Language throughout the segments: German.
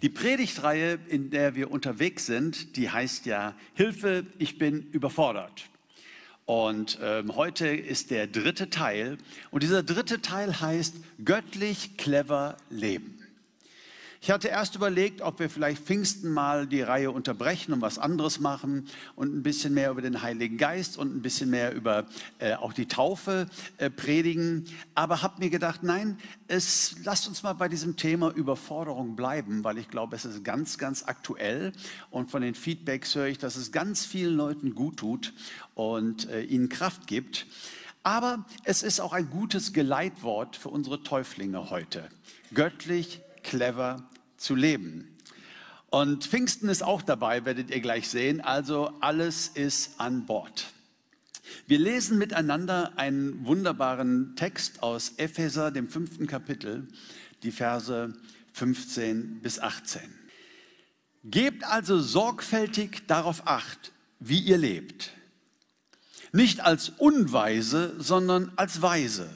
Die Predigtreihe, in der wir unterwegs sind, die heißt ja Hilfe, ich bin überfordert. Und heute ist der dritte Teil. Und dieser dritte Teil heißt göttlich clever leben. Ich hatte erst überlegt, ob wir vielleicht Pfingsten mal die Reihe unterbrechen und was anderes machen und ein bisschen mehr über den Heiligen Geist und ein bisschen mehr über auch die Taufe predigen. Aber habe mir gedacht, nein, lasst uns mal bei diesem Thema Überforderung bleiben, weil ich glaube, es ist ganz, ganz aktuell. Und von den Feedbacks höre ich, dass es ganz vielen Leuten gut tut und ihnen Kraft gibt. Aber es ist auch ein gutes Geleitwort für unsere Täuflinge heute. Göttlich clever zu leben. Und Pfingsten ist auch dabei, werdet ihr gleich sehen. Also alles ist an Bord. Wir lesen miteinander einen wunderbaren Text aus Epheser, dem 5. Kapitel, die Verse 15 bis 18. Gebt also sorgfältig darauf Acht, wie ihr lebt. Nicht als Unweise, sondern als Weise.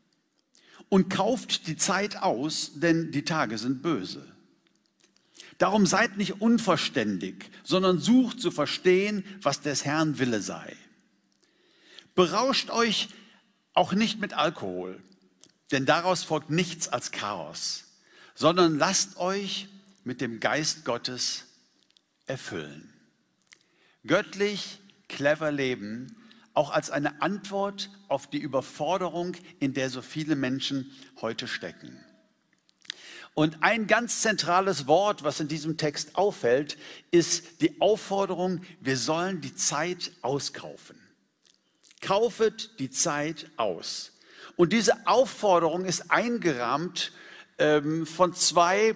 Und kauft die Zeit aus, denn die Tage sind böse. Darum seid nicht unverständig, sondern sucht zu verstehen, was des Herrn Wille sei. Berauscht euch auch nicht mit Alkohol, denn daraus folgt nichts als Chaos, sondern lasst euch mit dem Geist Gottes erfüllen. Göttlich, clever leben, auch als eine Antwort auf die Überforderung, in der so viele Menschen heute stecken. Und ein ganz zentrales Wort, was in diesem Text auffällt, ist die Aufforderung, wir sollen die Zeit auskaufen. Kaufet die Zeit aus. Und diese Aufforderung ist eingerahmt von zwei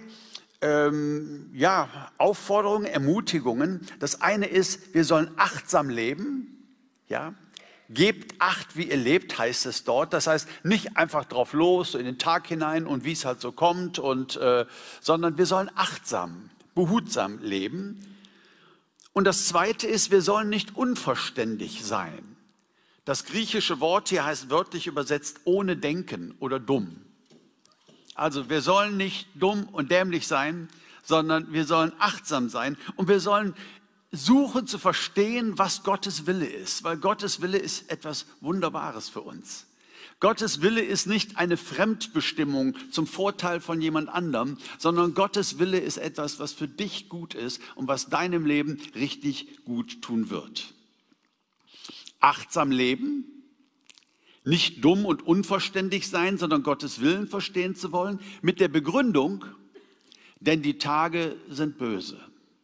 Aufforderungen, Ermutigungen. Das eine ist, wir sollen achtsam leben, ja. Gebt Acht, wie ihr lebt, heißt es dort. Das heißt, nicht einfach drauf los, so in den Tag hinein und wie es halt so kommt, sondern wir sollen achtsam, behutsam leben. Und das Zweite ist, wir sollen nicht unverständig sein. Das griechische Wort hier heißt wörtlich übersetzt ohne Denken oder dumm. Also wir sollen nicht dumm und dämlich sein, sondern wir sollen achtsam sein und wir sollen suchen zu verstehen, was Gottes Wille ist, weil Gottes Wille ist etwas Wunderbares für uns. Gottes Wille ist nicht eine Fremdbestimmung zum Vorteil von jemand anderem, sondern Gottes Wille ist etwas, was für dich gut ist und was deinem Leben richtig gut tun wird. Achtsam leben, nicht dumm und unverständig sein, sondern Gottes Willen verstehen zu wollen, mit der Begründung, denn die Tage sind böse.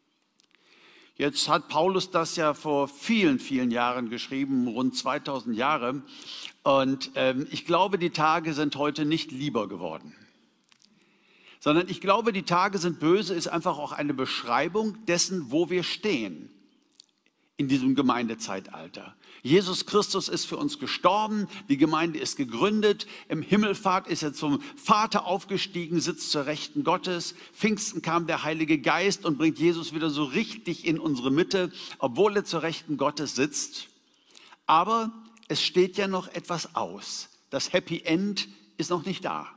Jetzt hat Paulus das ja vor vielen, vielen Jahren geschrieben, rund 2000 Jahre. Und ich glaube, die Tage sind heute nicht lieber geworden. Sondern ich glaube, die Tage sind böse ist einfach auch eine Beschreibung dessen, wo wir stehen in diesem Gemeindezeitalter. Jesus Christus ist für uns gestorben, die Gemeinde ist gegründet, im Himmelfahrt ist er zum Vater aufgestiegen, sitzt zur Rechten Gottes. Pfingsten kam der Heilige Geist und bringt Jesus wieder so richtig in unsere Mitte, obwohl er zur Rechten Gottes sitzt. Aber es steht ja noch etwas aus. Das Happy End ist noch nicht da.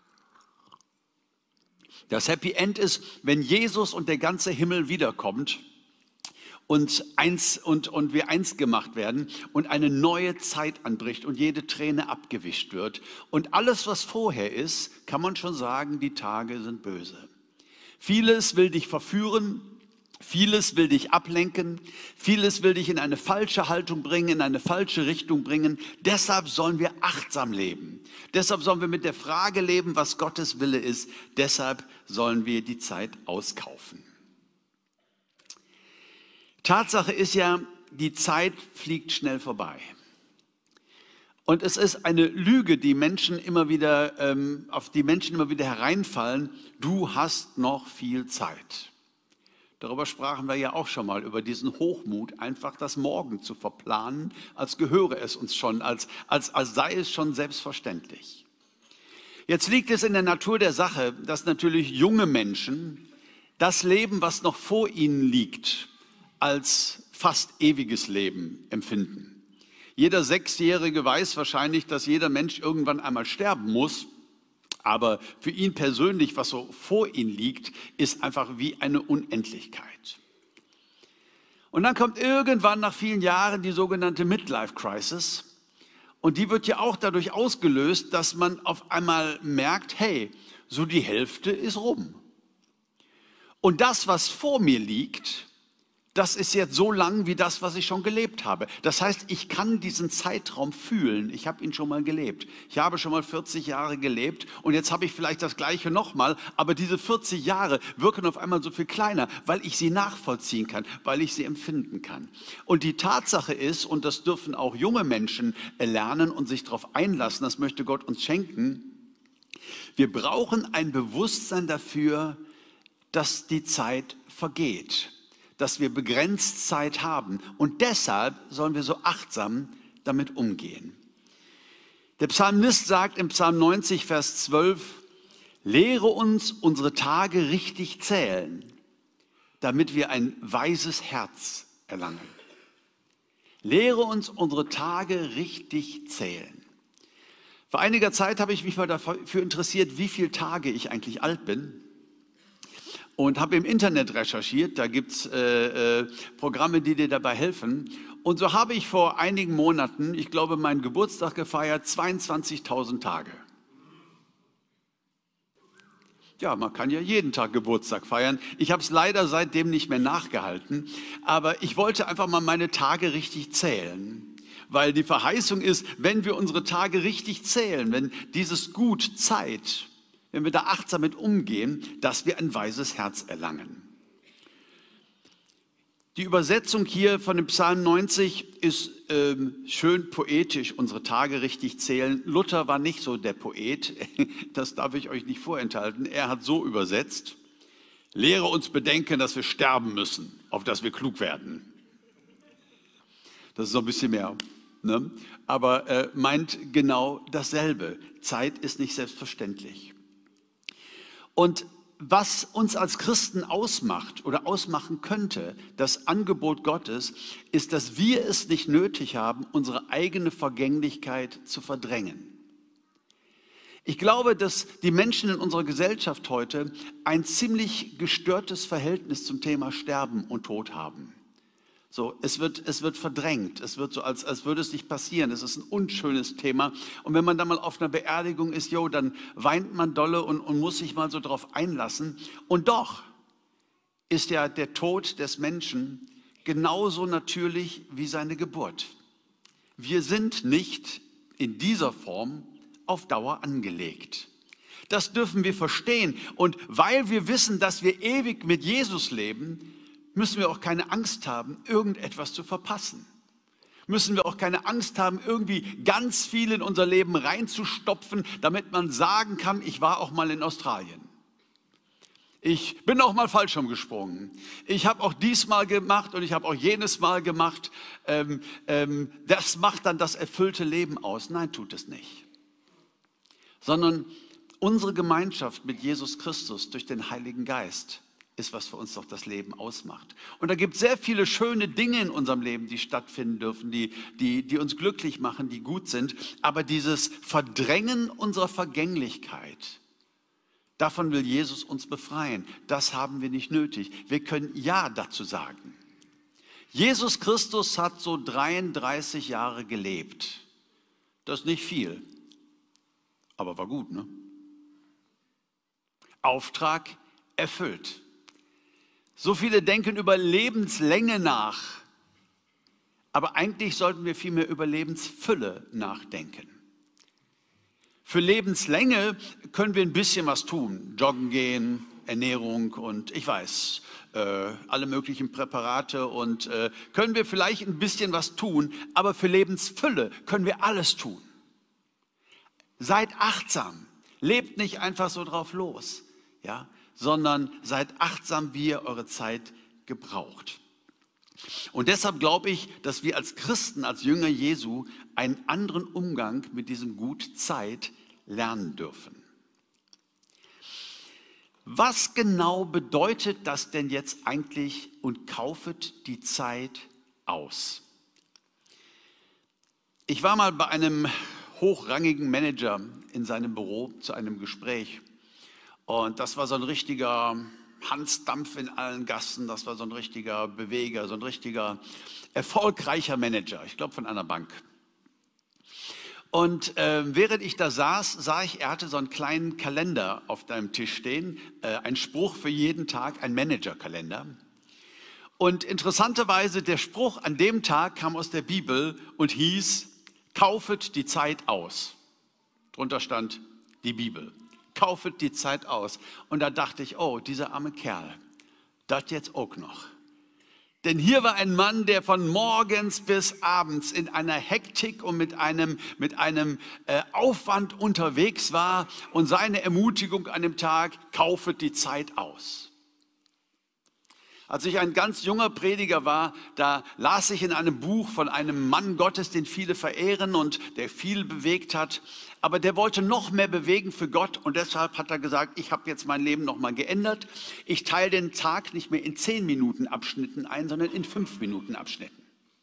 Das Happy End ist, wenn Jesus und der ganze Himmel wiederkommt und wir eins gemacht werden und eine neue Zeit anbricht und jede Träne abgewischt wird. Und alles, was vorher ist, kann man schon sagen, die Tage sind böse. Vieles will dich verführen, vieles will dich ablenken, vieles will dich in eine falsche Haltung bringen, in eine falsche Richtung bringen. Deshalb sollen wir achtsam leben. Deshalb sollen wir mit der Frage leben, was Gottes Wille ist. Deshalb sollen wir die Zeit auskaufen. Tatsache ist ja, die Zeit fliegt schnell vorbei. Und es ist eine Lüge, auf die Menschen immer wieder hereinfallen. Du hast noch viel Zeit. Darüber sprachen wir ja auch schon mal, über diesen Hochmut, einfach das Morgen zu verplanen, als gehöre es uns schon, als sei es schon selbstverständlich. Jetzt liegt es in der Natur der Sache, dass natürlich junge Menschen das Leben, was noch vor ihnen liegt, als fast ewiges Leben empfinden. Jeder Sechsjährige weiß wahrscheinlich, dass jeder Mensch irgendwann einmal sterben muss. Aber für ihn persönlich, was so vor ihm liegt, ist einfach wie eine Unendlichkeit. Und dann kommt irgendwann nach vielen Jahren die sogenannte Midlife-Crisis. Und die wird ja auch dadurch ausgelöst, dass man auf einmal merkt, hey, so die Hälfte ist rum. Und das, was vor mir liegt, das ist jetzt so lang wie das, was ich schon gelebt habe. Das heißt, ich kann diesen Zeitraum fühlen. Ich habe ihn schon mal gelebt. Ich habe schon mal 40 Jahre gelebt und jetzt habe ich vielleicht das Gleiche nochmal. Aber diese 40 Jahre wirken auf einmal so viel kleiner, weil ich sie nachvollziehen kann, weil ich sie empfinden kann. Und die Tatsache ist, und das dürfen auch junge Menschen lernen und sich darauf einlassen, das möchte Gott uns schenken, wir brauchen ein Bewusstsein dafür, dass die Zeit vergeht, dass wir begrenzt Zeit haben. Und deshalb sollen wir so achtsam damit umgehen. Der Psalmist sagt im Psalm 90, Vers 12, lehre uns unsere Tage richtig zählen, damit wir ein weises Herz erlangen. Lehre uns unsere Tage richtig zählen. Vor einiger Zeit habe ich mich mal dafür interessiert, wie viele Tage ich eigentlich alt bin. Und habe im Internet recherchiert, da gibt es Programme, die dir dabei helfen. Und so habe ich vor einigen Monaten, ich glaube, meinen Geburtstag gefeiert, 22.000 Tage. Ja, man kann ja jeden Tag Geburtstag feiern. Ich habe es leider seitdem nicht mehr nachgehalten, aber ich wollte einfach mal meine Tage richtig zählen. Weil die Verheißung ist, wenn wir unsere Tage richtig zählen, wenn dieses Gut Zeit, wenn wir da achtsam mit umgehen, dass wir ein weises Herz erlangen. Die Übersetzung hier von dem Psalm 90 ist schön poetisch, unsere Tage richtig zählen. Luther war nicht so der Poet, das darf ich euch nicht vorenthalten. Er hat so übersetzt, lehre uns bedenken, dass wir sterben müssen, auf dass wir klug werden. Das ist so ein bisschen mehr, ne? Aber meint genau dasselbe. Zeit ist nicht selbstverständlich. Und was uns als Christen ausmacht oder ausmachen könnte, das Angebot Gottes, ist, dass wir es nicht nötig haben, unsere eigene Vergänglichkeit zu verdrängen. Ich glaube, dass die Menschen in unserer Gesellschaft heute ein ziemlich gestörtes Verhältnis zum Thema Sterben und Tod haben. So, es wird verdrängt, es wird so, als würde es nicht passieren. Es ist ein unschönes Thema. Und wenn man dann mal auf einer Beerdigung ist, dann weint man dolle und muss sich mal so drauf einlassen. Und doch ist ja der Tod des Menschen genauso natürlich wie seine Geburt. Wir sind nicht in dieser Form auf Dauer angelegt. Das dürfen wir verstehen. Und weil wir wissen, dass wir ewig mit Jesus leben, müssen wir auch keine Angst haben, irgendetwas zu verpassen. Müssen wir auch keine Angst haben, irgendwie ganz viel in unser Leben reinzustopfen, damit man sagen kann, ich war auch mal in Australien. Ich bin auch mal Fallschirm gesprungen. Ich habe auch diesmal gemacht und ich habe auch jenes Mal gemacht. Das macht dann das erfüllte Leben aus. Nein, tut es nicht. Sondern unsere Gemeinschaft mit Jesus Christus durch den Heiligen Geist ist, was für uns doch das Leben ausmacht. Und da gibt es sehr viele schöne Dinge in unserem Leben, die stattfinden dürfen, die uns glücklich machen, die gut sind. Aber dieses Verdrängen unserer Vergänglichkeit, davon will Jesus uns befreien. Das haben wir nicht nötig. Wir können Ja dazu sagen. Jesus Christus hat so 33 Jahre gelebt. Das ist nicht viel, aber war gut, ne? Auftrag erfüllt. So viele denken über Lebenslänge nach, aber eigentlich sollten wir vielmehr über Lebensfülle nachdenken. Für Lebenslänge können wir ein bisschen was tun, joggen gehen, Ernährung und ich weiß, alle möglichen Präparate und können wir vielleicht ein bisschen was tun, aber für Lebensfülle können wir alles tun. Seid achtsam, lebt nicht einfach so drauf los, ja, sondern seid achtsam, wie ihr eure Zeit gebraucht. Und deshalb glaube ich, dass wir als Christen, als Jünger Jesu, einen anderen Umgang mit diesem Gut Zeit lernen dürfen. Was genau bedeutet das denn jetzt eigentlich und kaufet die Zeit aus? Ich war mal bei einem hochrangigen Manager in seinem Büro zu einem Gespräch. Und das war so ein richtiger Hansdampf in allen Gassen, das war so ein richtiger Beweger, so ein richtiger erfolgreicher Manager, ich glaube von einer Bank. Und während ich da saß, sah ich, er hatte so einen kleinen Kalender auf deinem Tisch stehen, ein Spruch für jeden Tag, ein Managerkalender. Und interessanterweise, der Spruch an dem Tag kam aus der Bibel und hieß, kaufet die Zeit aus. Drunter stand die Bibel. Kaufet die Zeit aus. Und da dachte ich, oh, dieser arme Kerl, das jetzt auch noch. Denn hier war ein Mann, der von morgens bis abends in einer Hektik und mit einem Aufwand unterwegs war. Und seine Ermutigung an dem Tag, kaufet die Zeit aus. Als ich ein ganz junger Prediger war, da las ich in einem Buch von einem Mann Gottes, den viele verehren und der viel bewegt hat. Aber der wollte noch mehr bewegen für Gott und deshalb hat er gesagt, ich habe jetzt mein Leben nochmal geändert. Ich teile den Tag nicht mehr in 10 Minuten Abschnitten ein, sondern in 5 Minuten Abschnitten.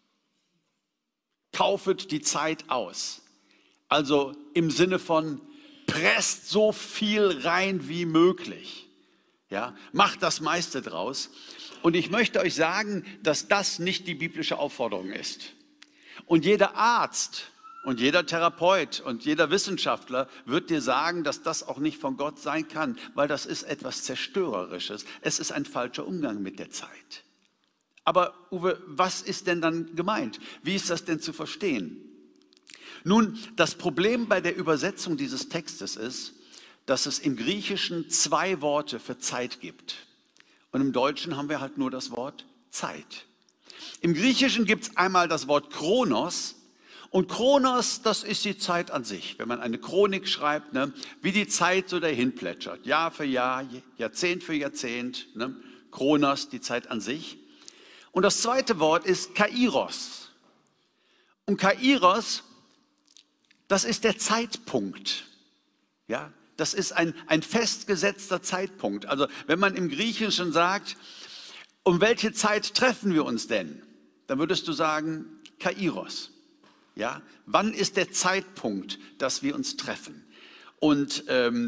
Kaufet die Zeit aus. Also im Sinne von, presst so viel rein wie möglich. Ja, macht das meiste draus. Und ich möchte euch sagen, dass das nicht die biblische Aufforderung ist. Und jeder Arzt und jeder Therapeut und jeder Wissenschaftler wird dir sagen, dass das auch nicht von Gott sein kann, weil das ist etwas Zerstörerisches. Es ist ein falscher Umgang mit der Zeit. Aber Uwe, was ist denn dann gemeint? Wie ist das denn zu verstehen? Nun, das Problem bei der Übersetzung dieses Textes ist, dass es im Griechischen 2 Worte für Zeit gibt. Und im Deutschen haben wir halt nur das Wort Zeit. Im Griechischen gibt es einmal das Wort Chronos. Und Chronos, das ist die Zeit an sich. Wenn man eine Chronik schreibt, ne, wie die Zeit so dahin plätschert. Jahr für Jahr, Jahrzehnt für Jahrzehnt. Ne, Chronos, die Zeit an sich. Und das zweite Wort ist Kairos. Und Kairos, das ist der Zeitpunkt. Ja, das ist ein festgesetzter Zeitpunkt. Also wenn man im Griechischen sagt, um welche Zeit treffen wir uns denn? Dann würdest du sagen, Kairos. Ja, wann ist der Zeitpunkt, dass wir uns treffen? Und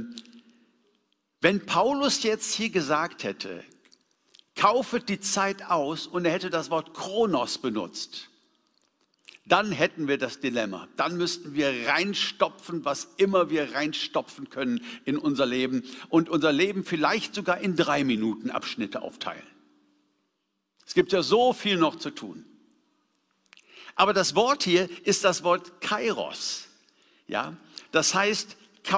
wenn Paulus jetzt hier gesagt hätte, kaufet die Zeit aus und er hätte das Wort Chronos benutzt, dann hätten wir das Dilemma. Dann müssten wir reinstopfen, was immer wir reinstopfen können in unser Leben und unser Leben vielleicht sogar in 3 Minuten Abschnitte aufteilen. Es gibt ja so viel noch zu tun. Aber das Wort hier ist das Wort Kairos. Ja? Das heißt,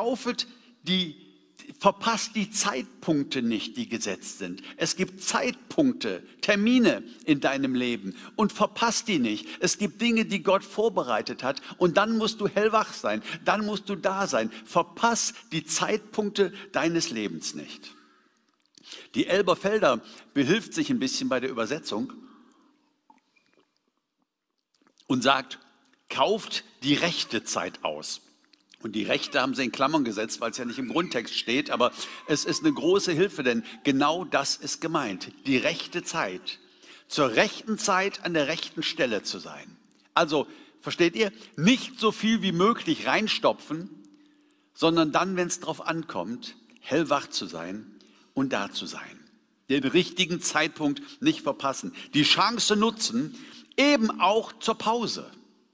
verpasst die Zeitpunkte nicht, die gesetzt sind. Es gibt Zeitpunkte, Termine in deinem Leben und verpasst die nicht. Es gibt Dinge, die Gott vorbereitet hat und dann musst du hellwach sein, dann musst du da sein. Verpass die Zeitpunkte deines Lebens nicht. Die Elberfelder behilft sich ein bisschen bei der Übersetzung und sagt, kauft die rechte Zeit aus. Und die Rechte haben sie in Klammern gesetzt, weil es ja nicht im Grundtext steht, aber es ist eine große Hilfe, denn genau das ist gemeint. Die rechte Zeit, zur rechten Zeit an der rechten Stelle zu sein. Also, versteht ihr, nicht so viel wie möglich reinstopfen, sondern dann, wenn es drauf ankommt, hellwach zu sein und da zu sein. Den richtigen Zeitpunkt nicht verpassen. Die Chance nutzen, eben auch zur Pause.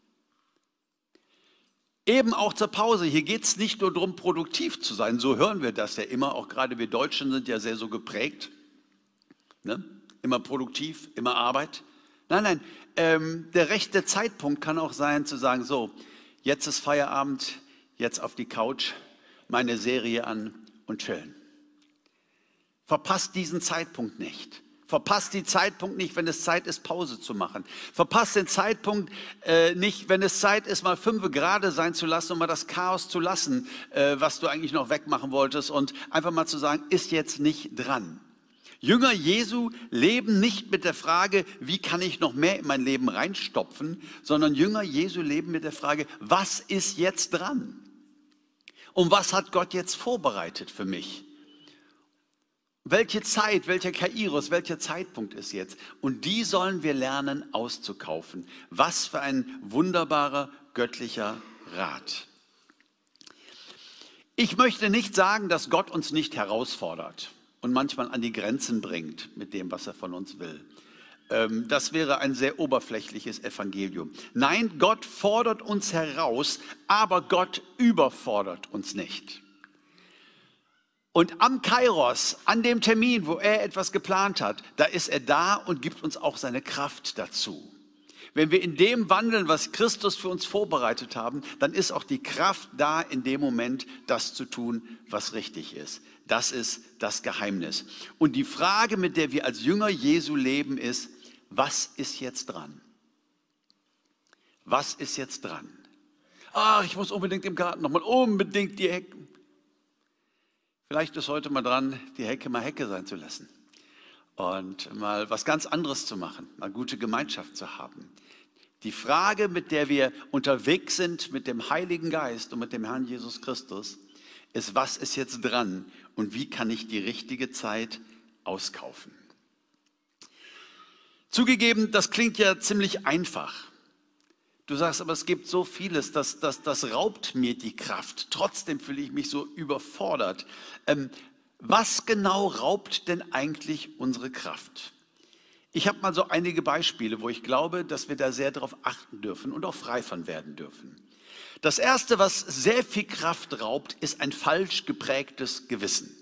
Eben auch zur Pause. Hier geht es nicht nur darum, produktiv zu sein. So hören wir das ja immer. Auch gerade wir Deutschen sind ja sehr so geprägt. Ne? Immer produktiv, immer Arbeit. Nein, der rechte Zeitpunkt kann auch sein, zu sagen, so, jetzt ist Feierabend, jetzt auf die Couch, meine Serie an und chillen. Verpasst diesen Zeitpunkt nicht. Verpasst den Zeitpunkt nicht, wenn es Zeit ist, Pause zu machen. Verpasst den Zeitpunkt nicht, wenn es Zeit ist, mal 5 gerade sein zu lassen und mal das Chaos zu lassen, was du eigentlich noch wegmachen wolltest und einfach mal zu sagen, ist jetzt nicht dran. Jünger Jesu leben nicht mit der Frage, wie kann ich noch mehr in mein Leben reinstopfen, sondern Jünger Jesu leben mit der Frage, was ist jetzt dran? Und was hat Gott jetzt vorbereitet für mich? Welche Zeit, welcher Kairos, welcher Zeitpunkt ist jetzt? Und die sollen wir lernen auszukaufen. Was für ein wunderbarer göttlicher Rat. Ich möchte nicht sagen, dass Gott uns nicht herausfordert und manchmal an die Grenzen bringt mit dem, was er von uns will. Das wäre ein sehr oberflächliches Evangelium. Nein, Gott fordert uns heraus, aber Gott überfordert uns nicht. Und am Kairos, an dem Termin, wo er etwas geplant hat, da ist er da und gibt uns auch seine Kraft dazu. Wenn wir in dem wandeln, was Christus für uns vorbereitet haben, dann ist auch die Kraft da, in dem Moment das zu tun, was richtig ist. Das ist das Geheimnis. Und die Frage, mit der wir als Jünger Jesu leben, ist, was ist jetzt dran? Was ist jetzt dran? Ich muss unbedingt im Garten nochmal unbedingt die Hecken. Vielleicht ist heute mal dran, die Hecke mal Hecke sein zu lassen. Und mal was ganz anderes zu machen, mal gute Gemeinschaft zu haben. Die Frage, mit der wir unterwegs sind, mit dem Heiligen Geist und mit dem Herrn Jesus Christus, ist, was ist jetzt dran und wie kann ich die richtige Zeit auskaufen? Zugegeben, das klingt ja ziemlich einfach. Du sagst, aber es gibt so vieles, das raubt mir die Kraft. Trotzdem fühle ich mich so überfordert. Was genau raubt denn eigentlich unsere Kraft? Ich habe mal so einige Beispiele, wo ich glaube, dass wir da sehr darauf achten dürfen und auch frei von werden dürfen. Das Erste, was sehr viel Kraft raubt, ist ein falsch geprägtes Gewissen.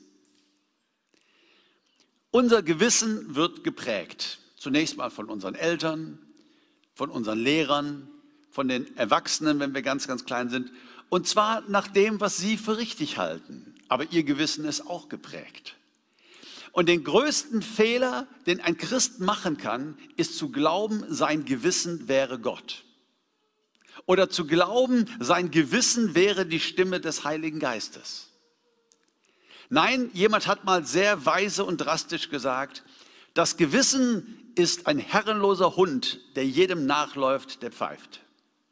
Unser Gewissen wird geprägt. Zunächst mal von unseren Eltern, von unseren Lehrern, von den Erwachsenen, wenn wir ganz, ganz klein sind. Und zwar nach dem, was sie für richtig halten. Aber ihr Gewissen ist auch geprägt. Und den größten Fehler, den ein Christ machen kann, ist zu glauben, sein Gewissen wäre Gott. Oder zu glauben, sein Gewissen wäre die Stimme des Heiligen Geistes. Nein, jemand hat mal sehr weise und drastisch gesagt, das Gewissen ist ein herrenloser Hund, der jedem nachläuft, der pfeift.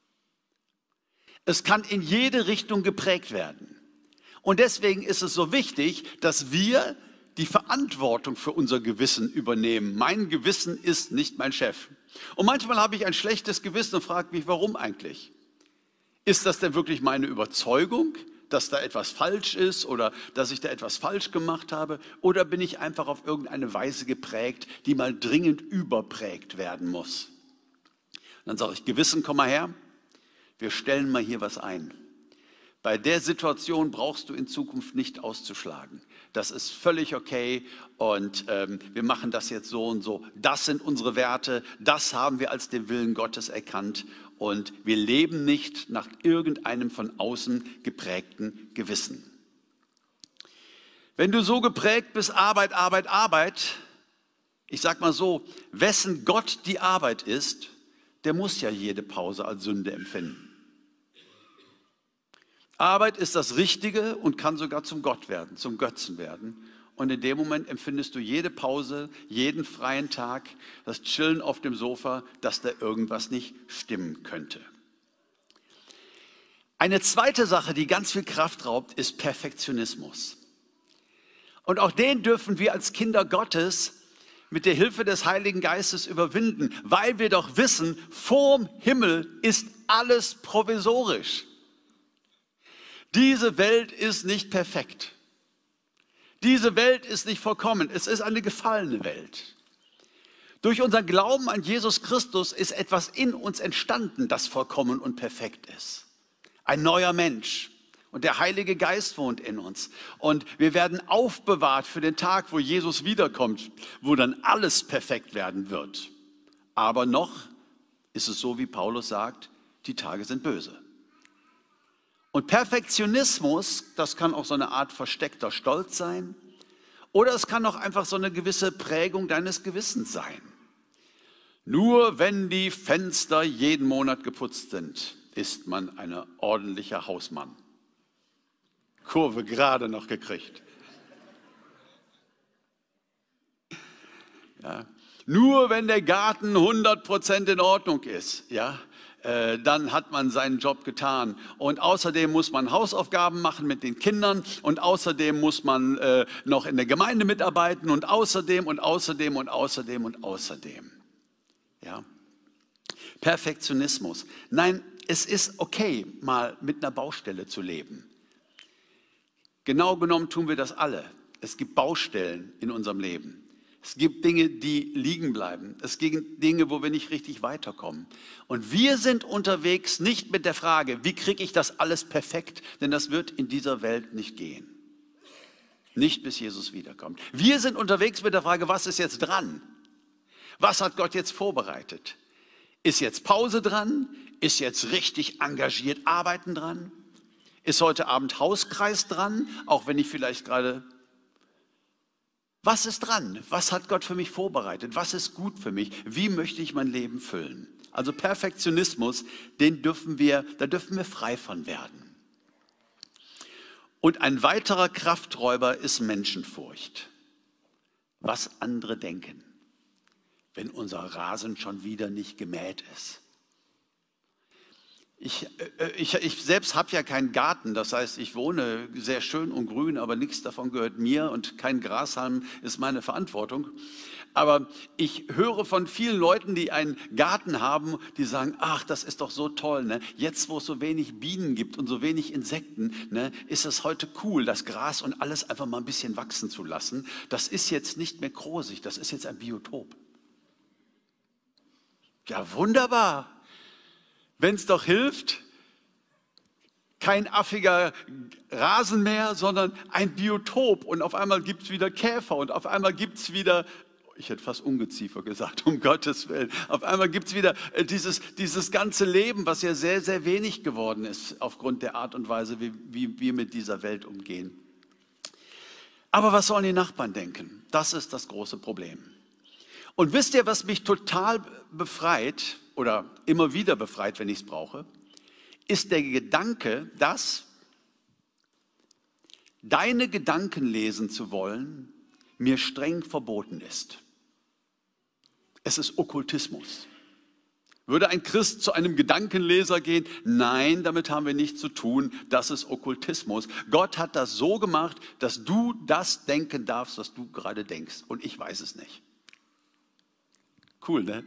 Es kann in jede Richtung geprägt werden. Und deswegen ist es so wichtig, dass wir die Verantwortung für unser Gewissen übernehmen. Mein Gewissen ist nicht mein Chef. Und manchmal habe ich ein schlechtes Gewissen und frage mich, warum eigentlich? Ist das denn wirklich meine Überzeugung, dass da etwas falsch ist oder dass ich da etwas falsch gemacht habe? Oder bin ich einfach auf irgendeine Weise geprägt, die mal dringend überprägt werden muss? Und dann sage ich, Gewissen, komm mal her, wir stellen mal hier was ein. Bei der Situation brauchst du in Zukunft nicht auszuschlagen. Das ist völlig okay und wir machen das jetzt so und so. Das sind unsere Werte, das haben wir als den Willen Gottes erkannt und wir leben nicht nach irgendeinem von außen geprägten Gewissen. Wenn du so geprägt bist, Arbeit, Arbeit, Arbeit, ich sag mal so, wessen Gott die Arbeit ist, der muss ja jede Pause als Sünde empfinden. Arbeit ist das Richtige und kann sogar zum Gott werden, zum Götzen werden. Und in dem Moment empfindest du jede Pause, jeden freien Tag, das Chillen auf dem Sofa, dass da irgendwas nicht stimmen könnte. Eine zweite Sache, die ganz viel Kraft raubt, ist Perfektionismus. Und auch den dürfen wir als Kinder Gottes mit der Hilfe des Heiligen Geistes überwinden, weil wir doch wissen, vorm Himmel ist alles provisorisch. Diese Welt ist nicht perfekt. Diese Welt ist nicht vollkommen. Es ist eine gefallene Welt. Durch unseren Glauben an Jesus Christus ist etwas in uns entstanden, das vollkommen und perfekt ist. Ein neuer Mensch. Und der Heilige Geist wohnt in uns. Und wir werden aufbewahrt für den Tag, wo Jesus wiederkommt, wo dann alles perfekt werden wird. Aber noch ist es so, wie Paulus sagt, die Tage sind böse. Und Perfektionismus, das kann auch so eine Art versteckter Stolz sein oder es kann auch einfach so eine gewisse Prägung deines Gewissens sein. Nur wenn die Fenster jeden Monat geputzt sind, ist man ein ordentlicher Hausmann. Kurve gerade noch gekriegt. Ja. Nur wenn der Garten 100% in Ordnung ist, ja, dann hat man seinen Job getan. Und außerdem muss man Hausaufgaben machen mit den Kindern und außerdem muss man noch in der Gemeinde mitarbeiten und außerdem und außerdem und außerdem und außerdem. Ja. Perfektionismus. Nein, es ist okay, mal mit einer Baustelle zu leben. Genau genommen tun wir das alle. Es gibt Baustellen in unserem Leben. Es gibt Dinge, die liegen bleiben. Es gibt Dinge, wo wir nicht richtig weiterkommen. Und wir sind unterwegs nicht mit der Frage, wie kriege ich das alles perfekt? Denn das wird in dieser Welt nicht gehen. Nicht bis Jesus wiederkommt. Wir sind unterwegs mit der Frage, was ist jetzt dran? Was hat Gott jetzt vorbereitet? Ist jetzt Pause dran? Ist jetzt richtig engagiert Arbeiten dran? Ist heute Abend Hauskreis dran? Auch wenn ich vielleicht gerade... Was ist dran? Was hat Gott für mich vorbereitet? Was ist gut für mich? Wie möchte ich mein Leben füllen? Also Perfektionismus, da dürfen wir frei von werden. Und ein weiterer Krafträuber ist Menschenfurcht. Was andere denken, wenn unser Rasen schon wieder nicht gemäht ist. Ich selbst habe ja keinen Garten, das heißt, ich wohne sehr schön und grün, aber nichts davon gehört mir und kein Grashalm ist meine Verantwortung. Aber ich höre von vielen Leuten, die einen Garten haben, die sagen, ach, das ist doch so toll, ne? Jetzt, wo es so wenig Bienen gibt und so wenig Insekten, ne, ist es heute cool, das Gras und alles einfach mal ein bisschen wachsen zu lassen. Das ist jetzt nicht mehr grosig, das ist jetzt ein Biotop. Ja, wunderbar. Wenn es doch hilft, kein affiger Rasen mehr, sondern ein Biotop. Und auf einmal gibt es wieder Käfer und auf einmal gibt es wieder, ich hätte fast Ungeziefer gesagt, um Gottes Willen. Auf einmal gibt es wieder dieses ganze Leben, was ja sehr, sehr wenig geworden ist, aufgrund der Art und Weise, wie wir mit dieser Welt umgehen. Aber was sollen die Nachbarn denken? Das ist das große Problem. Und wisst ihr, was mich total befreit oder immer wieder befreit, wenn ich es brauche, ist der Gedanke, dass deine Gedanken lesen zu wollen, mir streng verboten ist. Es ist Okkultismus. Würde ein Christ zu einem Gedankenleser gehen? Nein, damit haben wir nichts zu tun. Das ist Okkultismus. Gott hat das so gemacht, dass du das denken darfst, was du gerade denkst. Und ich weiß es nicht. Cool, ne?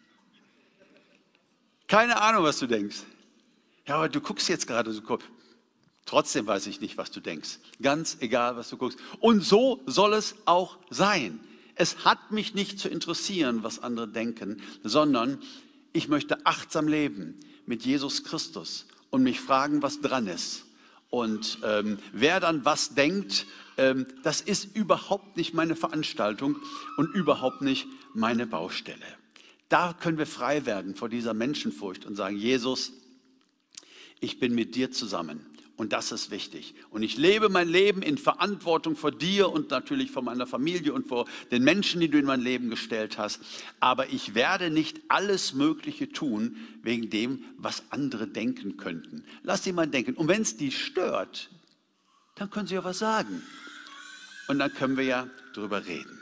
Keine Ahnung, was du denkst. Ja, aber du guckst jetzt gerade so. Trotzdem weiß ich nicht, was du denkst. Ganz egal, was du guckst. Und so soll es auch sein. Es hat mich nicht zu interessieren, was andere denken, sondern ich möchte achtsam leben mit Jesus Christus und mich fragen, was dran ist. Und wer dann was denkt, das ist überhaupt nicht meine Veranstaltung und überhaupt nicht meine Baustelle. Da können wir frei werden vor dieser Menschenfurcht und sagen, Jesus, ich bin mit dir zusammen und das ist wichtig. Und ich lebe mein Leben in Verantwortung vor dir und natürlich vor meiner Familie und vor den Menschen, die du in mein Leben gestellt hast. Aber ich werde nicht alles Mögliche tun wegen dem, was andere denken könnten. Lass sie mal denken. Und wenn es die stört, dann können sie ja was sagen. Und dann können wir ja drüber reden.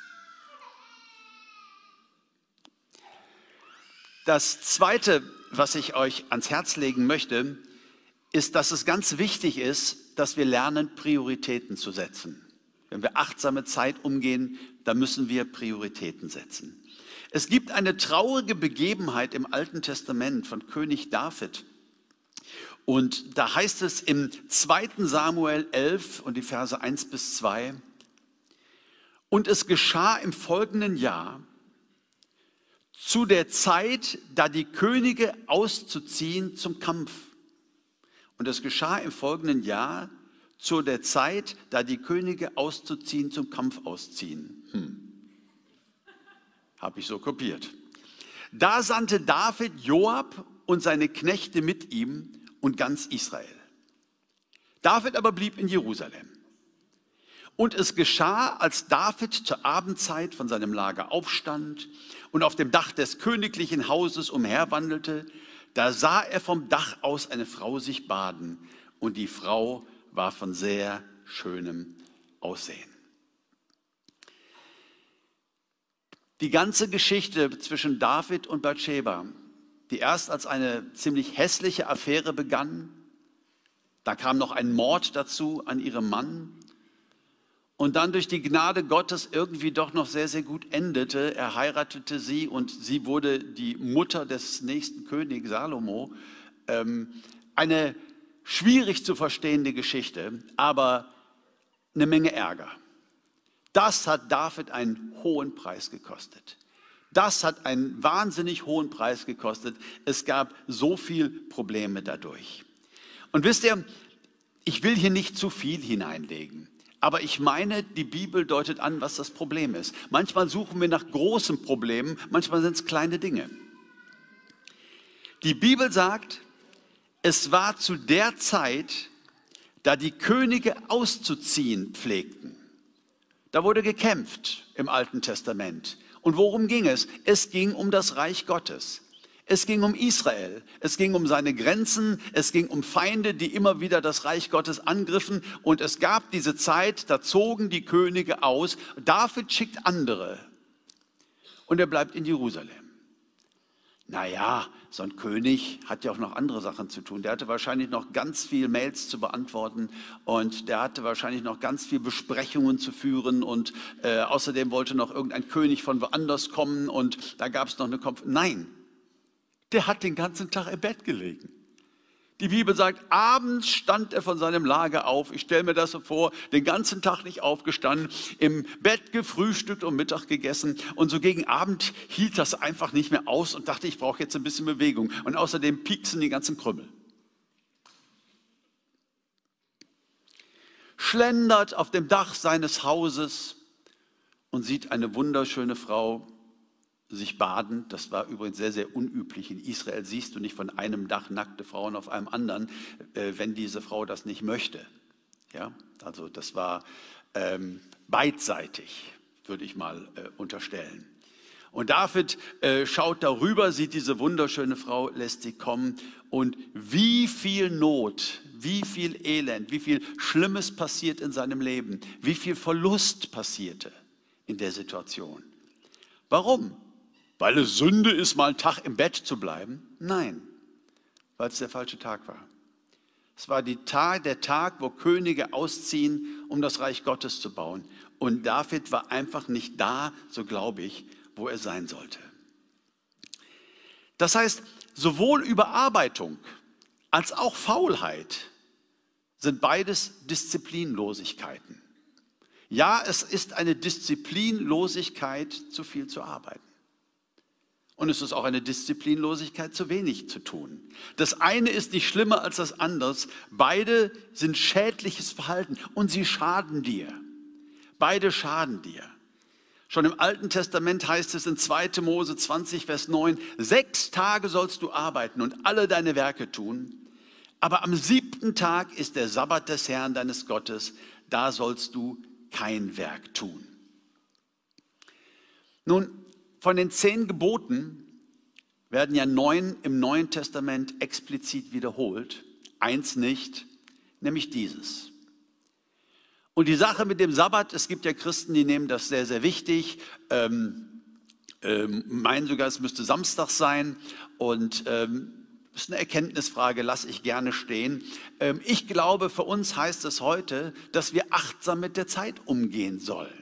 Das Zweite, was ich euch ans Herz legen möchte, ist, dass es ganz wichtig ist, dass wir lernen, Prioritäten zu setzen. Wenn wir achtsame Zeit umgehen, dann müssen wir Prioritäten setzen. Es gibt eine traurige Begebenheit im Alten Testament von König David. Und da heißt es im 2. Samuel 11 und die Verse 1 bis 2, und es geschah im folgenden Jahr, zu der Zeit, da die Könige auszuziehen zum Kampf. Und es geschah im folgenden Jahr, zu der Zeit, da die Könige auszuziehen zum Kampf ausziehen. Habe ich so kopiert. Da sandte David Joab und seine Knechte mit ihm und ganz Israel. David aber blieb in Jerusalem. Und es geschah, als David zur Abendzeit von seinem Lager aufstand und auf dem Dach des königlichen Hauses umherwandelte, da sah er vom Dach aus eine Frau sich baden, und die Frau war von sehr schönem Aussehen. Die ganze Geschichte zwischen David und Bathscheba, die erst als eine ziemlich hässliche Affäre begann, da kam noch ein Mord dazu an ihrem Mann, und dann durch die Gnade Gottes irgendwie doch noch sehr, sehr gut endete. Er heiratete sie und sie wurde die Mutter des nächsten Königs Salomo. Eine schwierig zu verstehende Geschichte, aber eine Menge Ärger. Das hat David einen hohen Preis gekostet. Das hat einen wahnsinnig hohen Preis gekostet. Es gab so viele Probleme dadurch. Und wisst ihr, ich will hier nicht zu viel hineinlegen. Aber ich meine, die Bibel deutet an, was das Problem ist. Manchmal suchen wir nach großen Problemen, manchmal sind es kleine Dinge. Die Bibel sagt, es war zu der Zeit, da die Könige auszuziehen pflegten. Da wurde gekämpft im Alten Testament. Und worum ging es? Es ging um das Reich Gottes. Es ging um Israel, es ging um seine Grenzen, es ging um Feinde, die immer wieder das Reich Gottes angriffen. Und es gab diese Zeit, da zogen die Könige aus. David schickt andere und er bleibt in Jerusalem. Naja, so ein König hat ja auch noch andere Sachen zu tun. Der hatte wahrscheinlich noch ganz viel Mails zu beantworten und der hatte wahrscheinlich noch ganz viel Besprechungen zu führen und außerdem wollte noch irgendein König von woanders kommen und da gab es noch eine Konferenz. Nein. Der hat den ganzen Tag im Bett gelegen. Die Bibel sagt, abends stand er von seinem Lager auf. Ich stelle mir das so vor, den ganzen Tag nicht aufgestanden, im Bett gefrühstückt und Mittag gegessen. Und so gegen Abend hielt das einfach nicht mehr aus und dachte, ich brauche jetzt ein bisschen Bewegung. Und außerdem pieksen die ganzen Krümmel. Schlendert auf dem Dach seines Hauses und sieht eine wunderschöne Frau sich baden. Das war übrigens sehr, sehr unüblich. In Israel siehst du nicht von einem Dach nackte Frauen auf einem anderen, wenn diese Frau das nicht möchte. Ja, also das war beidseitig, würde ich mal unterstellen. Und David schaut darüber, sieht diese wunderschöne Frau, lässt sie kommen und wie viel Not, wie viel Elend, wie viel Schlimmes passiert in seinem Leben, wie viel Verlust passierte in der Situation. Warum? Weil es Sünde ist, mal einen Tag im Bett zu bleiben? Nein, weil es der falsche Tag war. Es war der Tag, wo Könige ausziehen, um das Reich Gottes zu bauen. Und David war einfach nicht da, so glaube ich, wo er sein sollte. Das heißt, sowohl Überarbeitung als auch Faulheit sind beides Disziplinlosigkeiten. Ja, es ist eine Disziplinlosigkeit, zu viel zu arbeiten. Und es ist auch eine Disziplinlosigkeit, zu wenig zu tun. Das eine ist nicht schlimmer als das andere. Beide sind schädliches Verhalten und sie schaden dir. Beide schaden dir. Schon im Alten Testament heißt es in 2. Mose 20, Vers 9, 6 Tage sollst du arbeiten und alle deine Werke tun. Aber am 7. Tag ist der Sabbat des Herrn deines Gottes. Da sollst du kein Werk tun. Nun, von den 10 Geboten werden ja 9 im Neuen Testament explizit wiederholt, 1 nicht, nämlich dieses. Und die Sache mit dem Sabbat, es gibt ja Christen, die nehmen das sehr, sehr wichtig, meinen sogar, es müsste Samstag sein und das ist eine Erkenntnisfrage, lasse ich gerne stehen. Ich glaube, für uns heißt es heute, dass wir achtsam mit der Zeit umgehen sollen.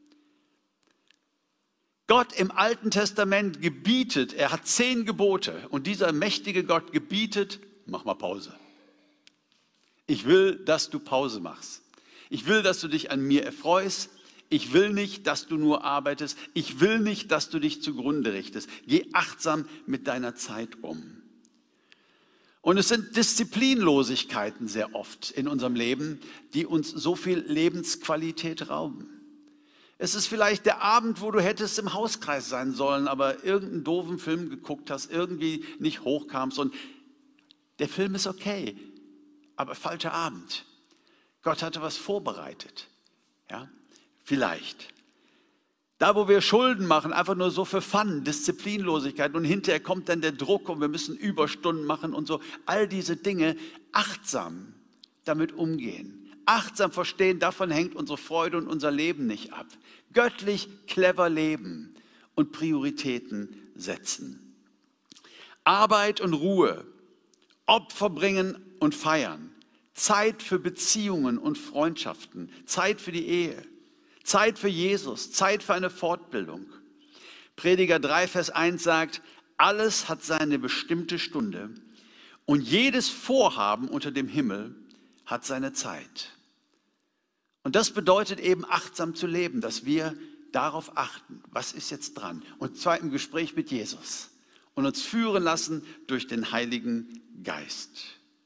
Gott im Alten Testament gebietet, er hat 10 Gebote und dieser mächtige Gott gebietet, mach mal Pause. Ich will, dass du Pause machst. Ich will, dass du dich an mir erfreust. Ich will nicht, dass du nur arbeitest. Ich will nicht, dass du dich zugrunde richtest. Geh achtsam mit deiner Zeit um. Und es sind Disziplinlosigkeiten sehr oft in unserem Leben, die uns so viel Lebensqualität rauben. Es ist vielleicht der Abend, wo du hättest im Hauskreis sein sollen, aber irgendeinen doofen Film geguckt hast, irgendwie nicht hochkamst und der Film ist okay, aber falscher Abend. Gott hatte was vorbereitet, ja, vielleicht. Da, wo wir Schulden machen, einfach nur so für Fun, Disziplinlosigkeit und hinterher kommt dann der Druck und wir müssen Überstunden machen und so. All diese Dinge, achtsam damit umgehen. Achtsam verstehen, davon hängt unsere Freude und unser Leben nicht ab. Göttlich clever leben und Prioritäten setzen. Arbeit und Ruhe, Opfer bringen und feiern, Zeit für Beziehungen und Freundschaften, Zeit für die Ehe, Zeit für Jesus, Zeit für eine Fortbildung. Prediger 3, Vers 1 sagt, alles hat seine bestimmte Stunde und jedes Vorhaben unter dem Himmel hat seine Zeit. Und das bedeutet eben achtsam zu leben, dass wir darauf achten, was ist jetzt dran. Und zwar im Gespräch mit Jesus und uns führen lassen durch den Heiligen Geist.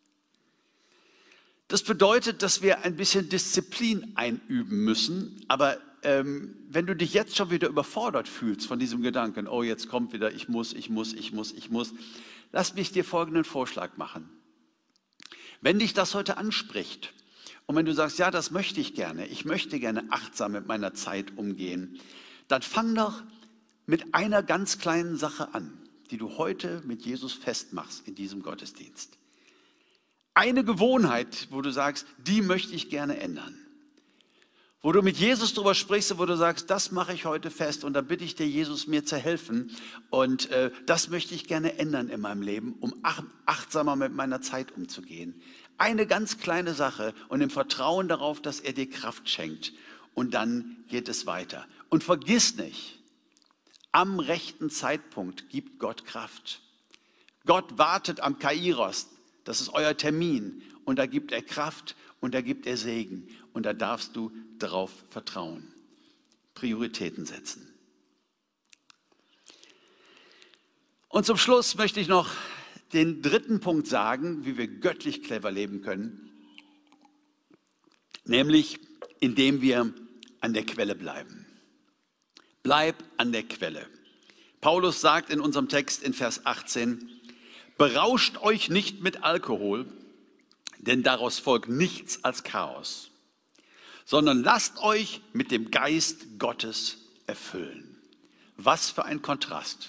Das bedeutet, dass wir ein bisschen Disziplin einüben müssen, aber wenn du dich jetzt schon wieder überfordert fühlst von diesem Gedanken, oh, jetzt kommt wieder, ich muss, lass mich dir folgenden Vorschlag machen. Wenn dich das heute anspricht und wenn du sagst, ja, das möchte ich möchte gerne achtsam mit meiner Zeit umgehen, dann fang doch mit einer ganz kleinen Sache an, die du heute mit Jesus festmachst in diesem Gottesdienst. Eine Gewohnheit, wo du sagst, die möchte ich gerne ändern. Wo du mit Jesus darüber sprichst und wo du sagst, das mache ich heute fest und da bitte ich dir, Jesus, mir zu helfen. Und das möchte ich gerne ändern in meinem Leben, um achtsamer mit meiner Zeit umzugehen. Eine ganz kleine Sache und im Vertrauen darauf, dass er dir Kraft schenkt. Und dann geht es weiter. Und vergiss nicht, am rechten Zeitpunkt gibt Gott Kraft. Gott wartet am Kairos, das ist euer Termin. Und da gibt er Kraft und da gibt er Segen. Und da darfst du darauf vertrauen. Prioritäten setzen. Und zum Schluss möchte ich noch den dritten Punkt sagen, wie wir göttlich clever leben können. Nämlich, indem wir an der Quelle bleiben. Bleib an der Quelle. Paulus sagt in unserem Text in Vers 18, berauscht euch nicht mit Alkohol, denn daraus folgt nichts als Chaos, sondern lasst euch mit dem Geist Gottes erfüllen. Was für ein Kontrast.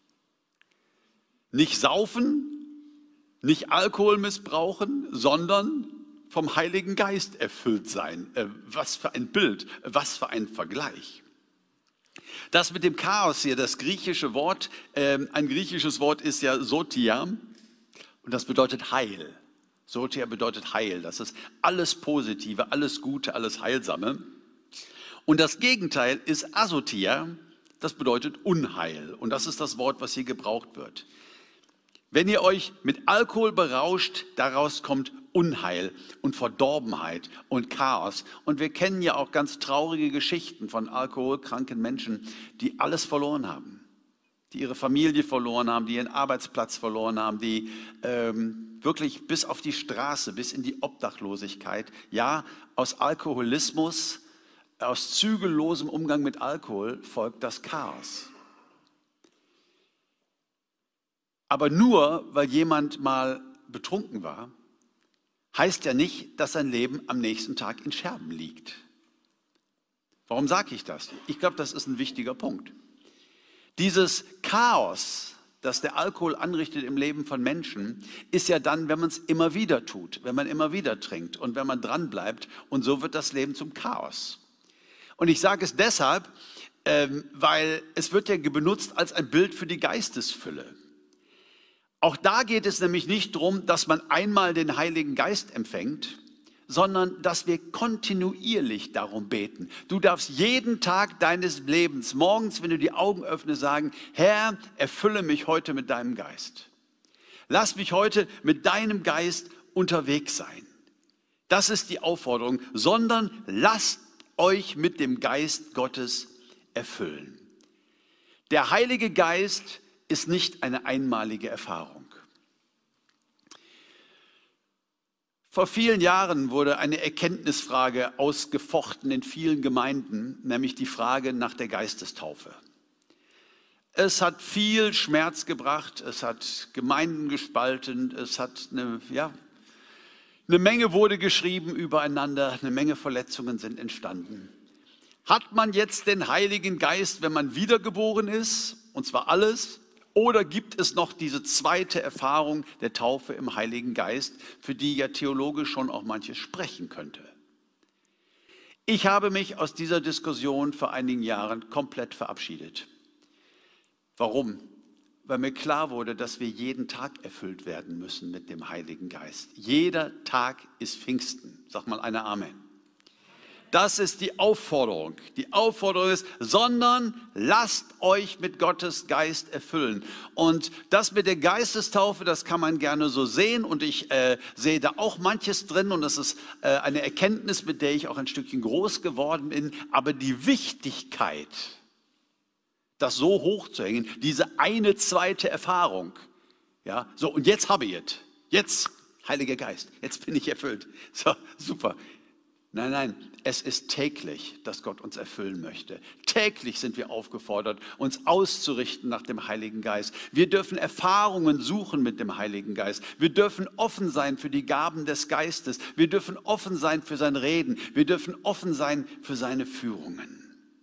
Nicht saufen, nicht Alkohol missbrauchen, sondern vom Heiligen Geist erfüllt sein. Was für ein Bild, was für ein Vergleich. Das mit dem Chaos hier, das griechische Wort, ein griechisches Wort ist ja Sotia und das bedeutet Heil. Sotia bedeutet Heil, das ist alles Positive, alles Gute, alles Heilsame. Und das Gegenteil ist Asotia, das bedeutet Unheil. Und das ist das Wort, was hier gebraucht wird. Wenn ihr euch mit Alkohol berauscht, daraus kommt Unheil und Verdorbenheit und Chaos. Und wir kennen ja auch ganz traurige Geschichten von alkoholkranken Menschen, die alles verloren haben. Die ihre Familie verloren haben, die ihren Arbeitsplatz verloren haben, die wirklich bis auf die Straße, bis in die Obdachlosigkeit, ja, aus Alkoholismus, aus zügellosem Umgang mit Alkohol folgt das Chaos. Aber nur, weil jemand mal betrunken war, heißt ja nicht, dass sein Leben am nächsten Tag in Scherben liegt. Warum sage ich das? Ich glaube, das ist ein wichtiger Punkt. Dieses Chaos, das der Alkohol anrichtet im Leben von Menschen, ist ja dann, wenn man es immer wieder tut, wenn man immer wieder trinkt und wenn man dran bleibt. Und so wird das Leben zum Chaos. Und ich sage es deshalb, weil es wird ja benutzt als ein Bild für die Geistesfülle. Auch da geht es nämlich nicht darum, dass man einmal den Heiligen Geist empfängt, sondern dass wir kontinuierlich darum beten. Du darfst jeden Tag deines Lebens, morgens, wenn du die Augen öffnest, sagen, Herr, erfülle mich heute mit deinem Geist. Lass mich heute mit deinem Geist unterwegs sein. Das ist die Aufforderung, sondern lasst euch mit dem Geist Gottes erfüllen. Der Heilige Geist ist nicht eine einmalige Erfahrung. Vor vielen Jahren wurde eine Erkenntnisfrage ausgefochten in vielen Gemeinden, nämlich die Frage nach der Geistestaufe. Es hat viel Schmerz gebracht, es hat Gemeinden gespalten, es hat eine Menge wurde geschrieben übereinander, eine Menge Verletzungen sind entstanden. Hat man jetzt den Heiligen Geist, wenn man wiedergeboren ist, und zwar alles? Oder gibt es noch diese zweite Erfahrung der Taufe im Heiligen Geist, für die ja theologisch schon auch manches sprechen könnte? Ich habe mich aus dieser Diskussion vor einigen Jahren komplett verabschiedet. Warum? Weil mir klar wurde, dass wir jeden Tag erfüllt werden müssen mit dem Heiligen Geist. Jeder Tag ist Pfingsten. Sag mal einer Amen. Das ist die Aufforderung. Die Aufforderung ist, sondern lasst euch mit Gottes Geist erfüllen. Und das mit der Geistestaufe, das kann man gerne so sehen. Und ich sehe da auch manches drin. Und das ist eine Erkenntnis, mit der ich auch ein Stückchen groß geworden bin. Aber die Wichtigkeit, das so hoch zu hängen, diese eine zweite Erfahrung. Ja, so, und jetzt habe ich es. Jetzt, Heiliger Geist, jetzt bin ich erfüllt. So, super. Nein, es ist täglich, dass Gott uns erfüllen möchte. Täglich sind wir aufgefordert, uns auszurichten nach dem Heiligen Geist. Wir dürfen Erfahrungen suchen mit dem Heiligen Geist. Wir dürfen offen sein für die Gaben des Geistes. Wir dürfen offen sein für sein Reden. Wir dürfen offen sein für seine Führungen.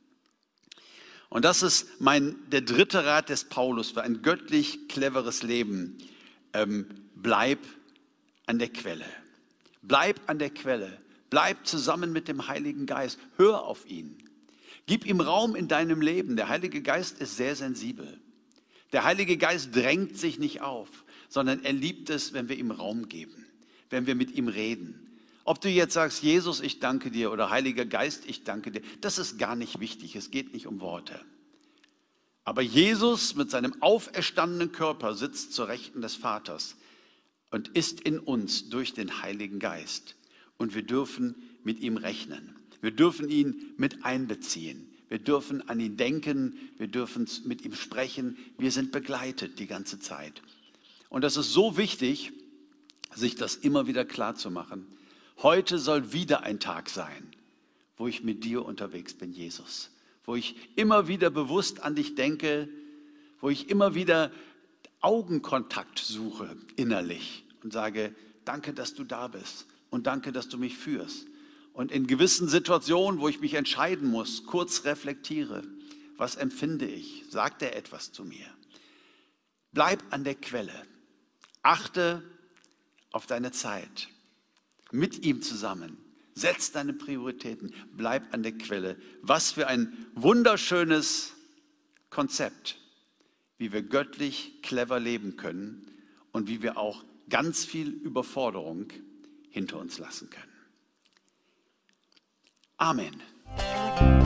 Und das ist der dritte Rat des Paulus für ein göttlich cleveres Leben. Bleib an der Quelle. Bleib an der Quelle. Bleib zusammen mit dem Heiligen Geist. Hör auf ihn. Gib ihm Raum in deinem Leben. Der Heilige Geist ist sehr sensibel. Der Heilige Geist drängt sich nicht auf, sondern er liebt es, wenn wir ihm Raum geben, wenn wir mit ihm reden. Ob du jetzt sagst, Jesus, ich danke dir, oder Heiliger Geist, ich danke dir, das ist gar nicht wichtig. Es geht nicht um Worte. Aber Jesus mit seinem auferstandenen Körper sitzt zur Rechten des Vaters und ist in uns durch den Heiligen Geist. Und wir dürfen mit ihm rechnen. Wir dürfen ihn mit einbeziehen. Wir dürfen an ihn denken. Wir dürfen mit ihm sprechen. Wir sind begleitet die ganze Zeit. Und das ist so wichtig, sich das immer wieder klar zu machen. Heute soll wieder ein Tag sein, wo ich mit dir unterwegs bin, Jesus. Wo ich immer wieder bewusst an dich denke, wo ich immer wieder Augenkontakt suche innerlich und sage, danke, dass du da bist. Und danke, dass du mich führst. Und in gewissen Situationen, wo ich mich entscheiden muss, kurz reflektiere. Was empfinde ich? Sagt er etwas zu mir? Bleib an der Quelle. Achte auf deine Zeit. Mit ihm zusammen. Setz deine Prioritäten. Bleib an der Quelle. Was für ein wunderschönes Konzept, wie wir göttlich clever leben können und wie wir auch ganz viel Überforderung hinter uns lassen können. Amen.